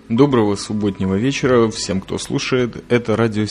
Доброго субботнего вечера всем, кто слушает. Это радио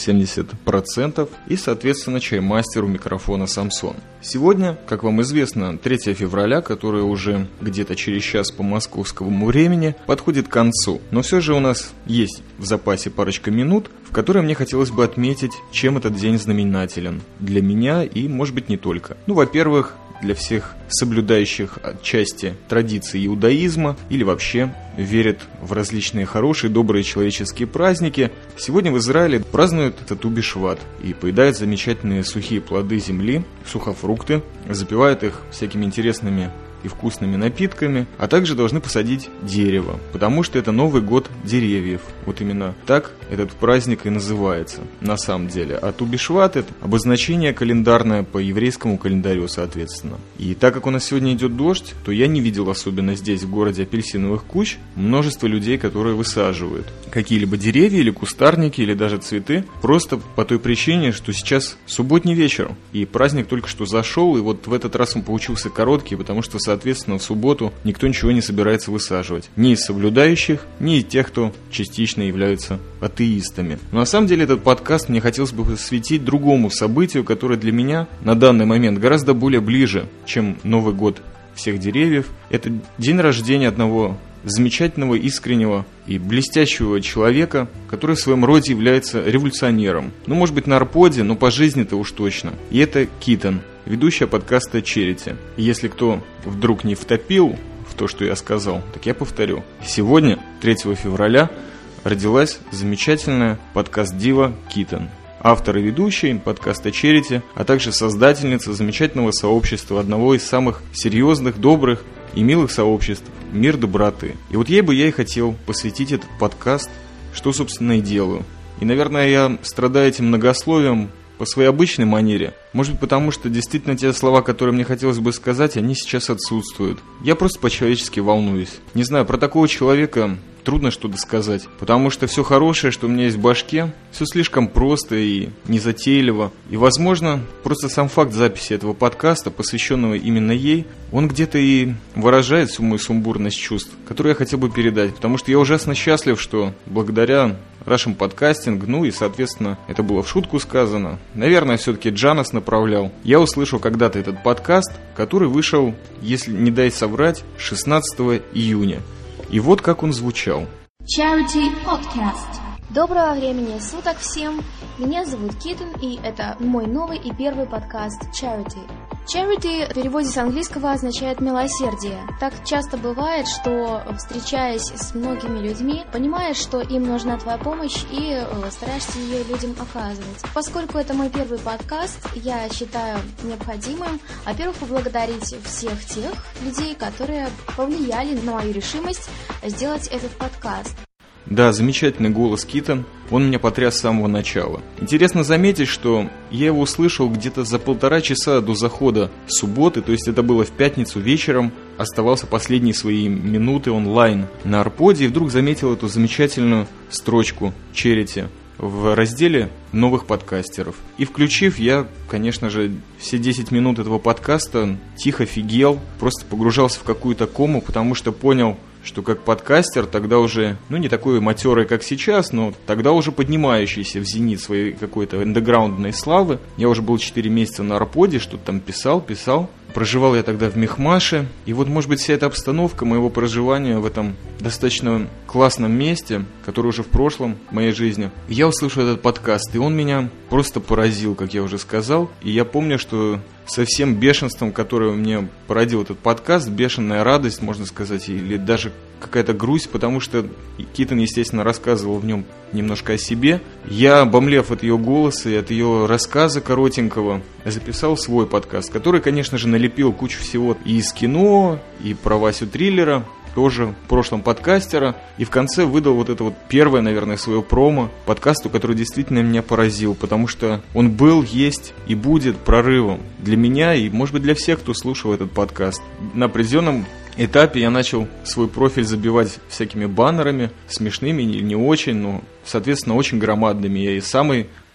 70% и, соответственно, чаймастер у микрофона Самсон. Сегодня, как вам известно, 3 февраля, которое уже где-то через час по московскому времени, подходит к концу. Но все же у нас есть в запасе парочка минут, в которые мне хотелось бы отметить, чем этот день знаменателен. Для меня и, может быть, не только. Во-первых, для всех соблюдающих отчасти традиции иудаизма или вообще верят в различные хорошие, добрые человеческие праздники. Сегодня в Израиле празднуют Ту Бишват и поедают замечательные сухие плоды земли, сухофрукты, запивают их всякими интересными и вкусными напитками, а также должны посадить дерево, потому что это Новый год деревьев. Вот именно так этот праздник и называется на самом деле. А Ту Бишват — это обозначение календарное по еврейскому календарю, соответственно. И так как у нас сегодня идет дождь, то я не видел, особенно здесь, в городе, апельсиновых куч, множество людей, которые высаживают какие-либо деревья или кустарники, или даже цветы, просто по той причине, что сейчас субботний вечер, и праздник только что зашел, и вот в этот раз он получился короткий, потому что, соответственно, в субботу никто ничего не собирается высаживать. Ни из соблюдающих, ни из тех, кто частично являются атеистами. Но на самом деле этот подкаст мне хотелось бы посвятить другому событию, которое для меня на данный момент гораздо более ближе, чем Новый год всех деревьев. Это день рождения одного замечательного, искреннего и блестящего человека, который в своем роде является революционером. Может быть, на арподе, но по жизни-то уж точно. И это Китон, ведущая подкаста Charity. И если кто вдруг не втопил в то, что я сказал, так я повторю. Сегодня, 3 февраля, родилась замечательная подкаст-дива Китон. Автор и ведущий подкаста Charity, а также создательница замечательного сообщества, одного из самых серьезных, добрых и милых сообществ «Мир доброты». И вот ей бы я и хотел посвятить этот подкаст, что, собственно, и делаю. И, наверное, я страдаю этим многословием по своей обычной манере. Может быть, потому что действительно те слова, которые мне хотелось бы сказать, они сейчас отсутствуют. Я просто по-человечески волнуюсь. Не знаю, про такого человека трудно что-то сказать, потому что все хорошее, что у меня есть в башке, все слишком просто и незатейливо. И, возможно, просто сам факт записи этого подкаста, посвященного именно ей, он где-то и выражает всю мою сумбурность чувств, которую я хотел бы передать, потому что я ужасно счастлив, что благодаря Russian Podcasting, и, соответственно, это было в шутку сказано, наверное, все-таки Джанас направлял, я услышал когда-то этот подкаст, который вышел, если не дай соврать, 16 июня. И вот как он звучал. Charity Podcast. Доброго времени суток всем. Меня зовут Китон, и это мой новый и первый подкаст Charity. Charity в переводе с английского означает «милосердие». Так часто бывает, что, встречаясь с многими людьми, понимаешь, что им нужна твоя помощь, и стараешься ее людям оказывать. Поскольку это мой первый подкаст, я считаю необходимым, во-первых, поблагодарить всех тех людей, которые повлияли на мою решимость сделать этот подкаст. Да, замечательный голос Китон, он меня потряс с самого начала. Интересно заметить, что я его услышал где-то за 1,5 часа до захода субботы, то есть это было в пятницу вечером, оставался последние свои минуты онлайн на арподе, и вдруг заметил эту замечательную строчку Charity в разделе новых подкастеров. И включив, я, конечно же, все 10 минут этого подкаста тихо фигел, просто погружался в какую-то кому, потому что понял, что как подкастер тогда уже, не такой матерый, как сейчас, но тогда уже поднимающийся в зенит своей какой-то андеграундной славы. Я уже был 4 месяца на арподе, что-то там писал. Проживал я тогда в Мехмаше, и вот, может быть, вся эта обстановка моего проживания в этом достаточно классном месте, которое уже в прошлом в моей жизни, я услышал этот подкаст, и он меня просто поразил, как я уже сказал, и я помню, что со всем бешенством, которое мне породил этот подкаст, бешеная радость, можно сказать, или даже какая-то грусть, потому что Китон, естественно, рассказывал в нем немножко о себе. Я, обомлев от ее голоса и от ее рассказа коротенького, записал свой подкаст, который, конечно же, налепил кучу всего и из кино, и про Васю Триллера, тоже в прошлом подкастера, и в конце выдал вот это вот первое, наверное, свое промо подкасту, который действительно меня поразил, потому что он был, есть и будет прорывом для меня и, может быть, для всех, кто слушал этот подкаст. На определенном этапе я начал свой профиль забивать всякими баннерами, смешными или не очень, но, соответственно, очень громадными. Я и самый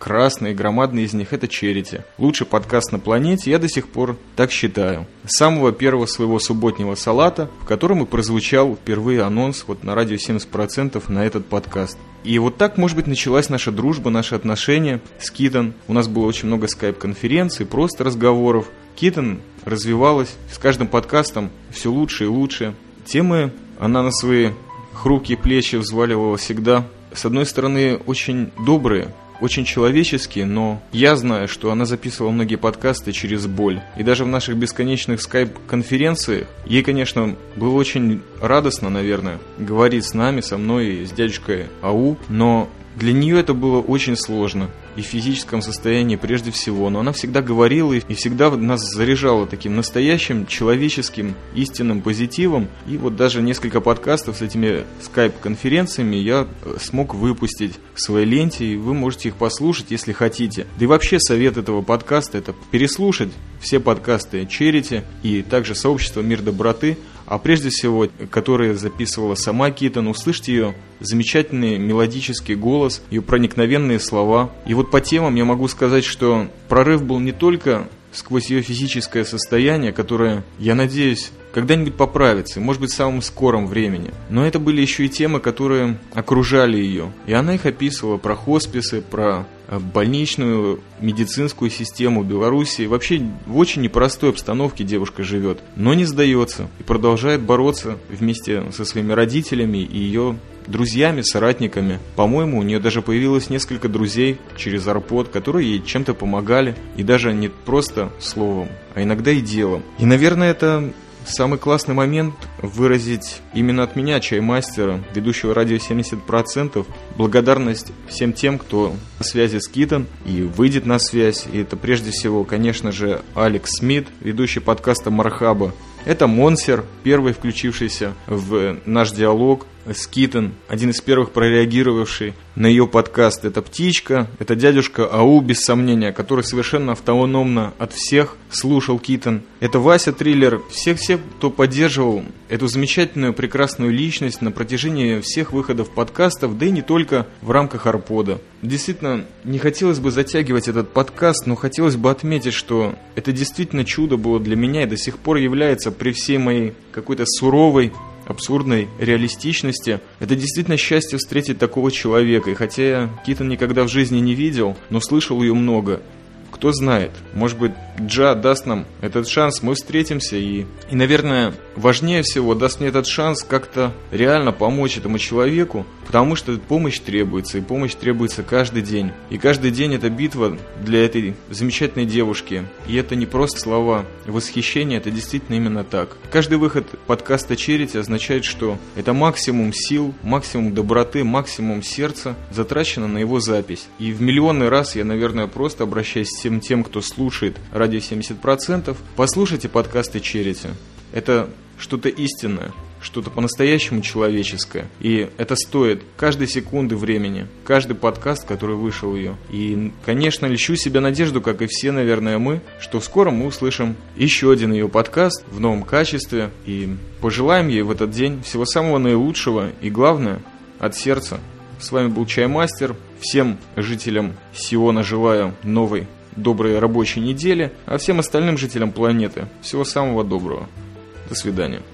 красный, громадный из них — это Charity. Лучший подкаст на планете, я до сих пор так считаю. С самого первого своего субботнего салата, в котором и прозвучал впервые анонс на радио 70% на этот подкаст. И вот так, может быть, началась наша дружба, наши отношения с Китон. У нас было очень много скайп-конференций, просто разговоров. Китон развивалась с каждым подкастом все лучше и лучше. Темы она на свои хрупкие плечи взваливала всегда. С одной стороны, очень добрые, очень человеческие, но я знаю, что она записывала многие подкасты через боль. И даже в наших бесконечных скайп-конференциях ей, конечно, было очень радостно, наверное, говорить с нами, со мной и с дядюшкой Ау, но для нее это было очень сложно. И в физическом состоянии прежде всего. Но она всегда говорила и всегда нас заряжала таким настоящим, человеческим, истинным позитивом. И вот даже несколько подкастов с этими скайп-конференциями я смог выпустить в своей ленте. И вы можете их послушать, если хотите. Да и вообще совет этого подкаста — это переслушать все подкасты Charity и также сообщество «Мир доброты». А прежде всего, которые записывала сама Китон, услышьте ее замечательный мелодический голос, ее проникновенные слова. И вот по темам я могу сказать, что прорыв был не только сквозь ее физическое состояние, которое, я надеюсь, когда-нибудь поправится, и, может быть, в самом скором времени. Но это были еще и темы, которые окружали ее. И она их описывала про хосписы, про больничную медицинскую систему Беларуси. Вообще в очень непростой обстановке девушка живет, но не сдается и продолжает бороться вместе со своими родителями и ее друзьями, соратниками. По-моему, у нее даже появилось несколько друзей через Арпод, которые ей чем-то помогали, и даже не просто словом, а иногда и делом. И, наверное, это самый классный момент выразить именно от меня, чаймастера, ведущего радио 70%, благодарность всем тем, кто на связи с Китон и выйдет на связь. И это прежде всего, конечно же, Алекс Смит, ведущий подкаста «Мархаба». Это Монсер, первый включившийся в наш диалог с Китон, один из первых прореагировавший на ее подкаст. Это Птичка, это дядюшка Ау, без сомнения, который совершенно автономно от всех слушал Китон. Это Вася Триллер, всех, кто поддерживал эту замечательную, прекрасную личность на протяжении всех выходов подкастов, да и не только в рамках Арпода. Действительно, не хотелось бы затягивать этот подкаст, но хотелось бы отметить, что это действительно чудо было для меня и до сих пор является при всей моей какой-то суровой, абсурдной реалистичности. Это действительно счастье встретить такого человека. И хотя я Китон никогда в жизни не видел, но слышал ее много. Кто знает, может быть, Джа даст нам этот шанс, мы встретимся и, наверное, важнее всего, даст мне этот шанс как-то реально помочь этому человеку, потому что помощь требуется, и помощь требуется каждый день. И каждый день это битва для этой замечательной девушки. И это не просто слова восхищения, это действительно именно так. Каждый выход подкаста Charity означает, что это максимум сил, максимум доброты, максимум сердца затрачено на его запись. И в миллионный раз я, наверное, просто обращаюсь к всем тем, кто слушает радио 70%, послушайте подкасты Charity. Это что-то истинное, что-то по-настоящему человеческое. И это стоит каждой секунды времени, каждый подкаст, который вышел ее. И, конечно, льщу себе надежду, как и все, наверное, мы, что скоро мы услышим еще один ее подкаст в новом качестве. И пожелаем ей в этот день всего самого наилучшего и, главное, от сердца. С вами был Чаймастер. Всем жителям Сиона желаю новой доброй рабочей недели, а всем остальным жителям планеты всего самого доброго. До свидания.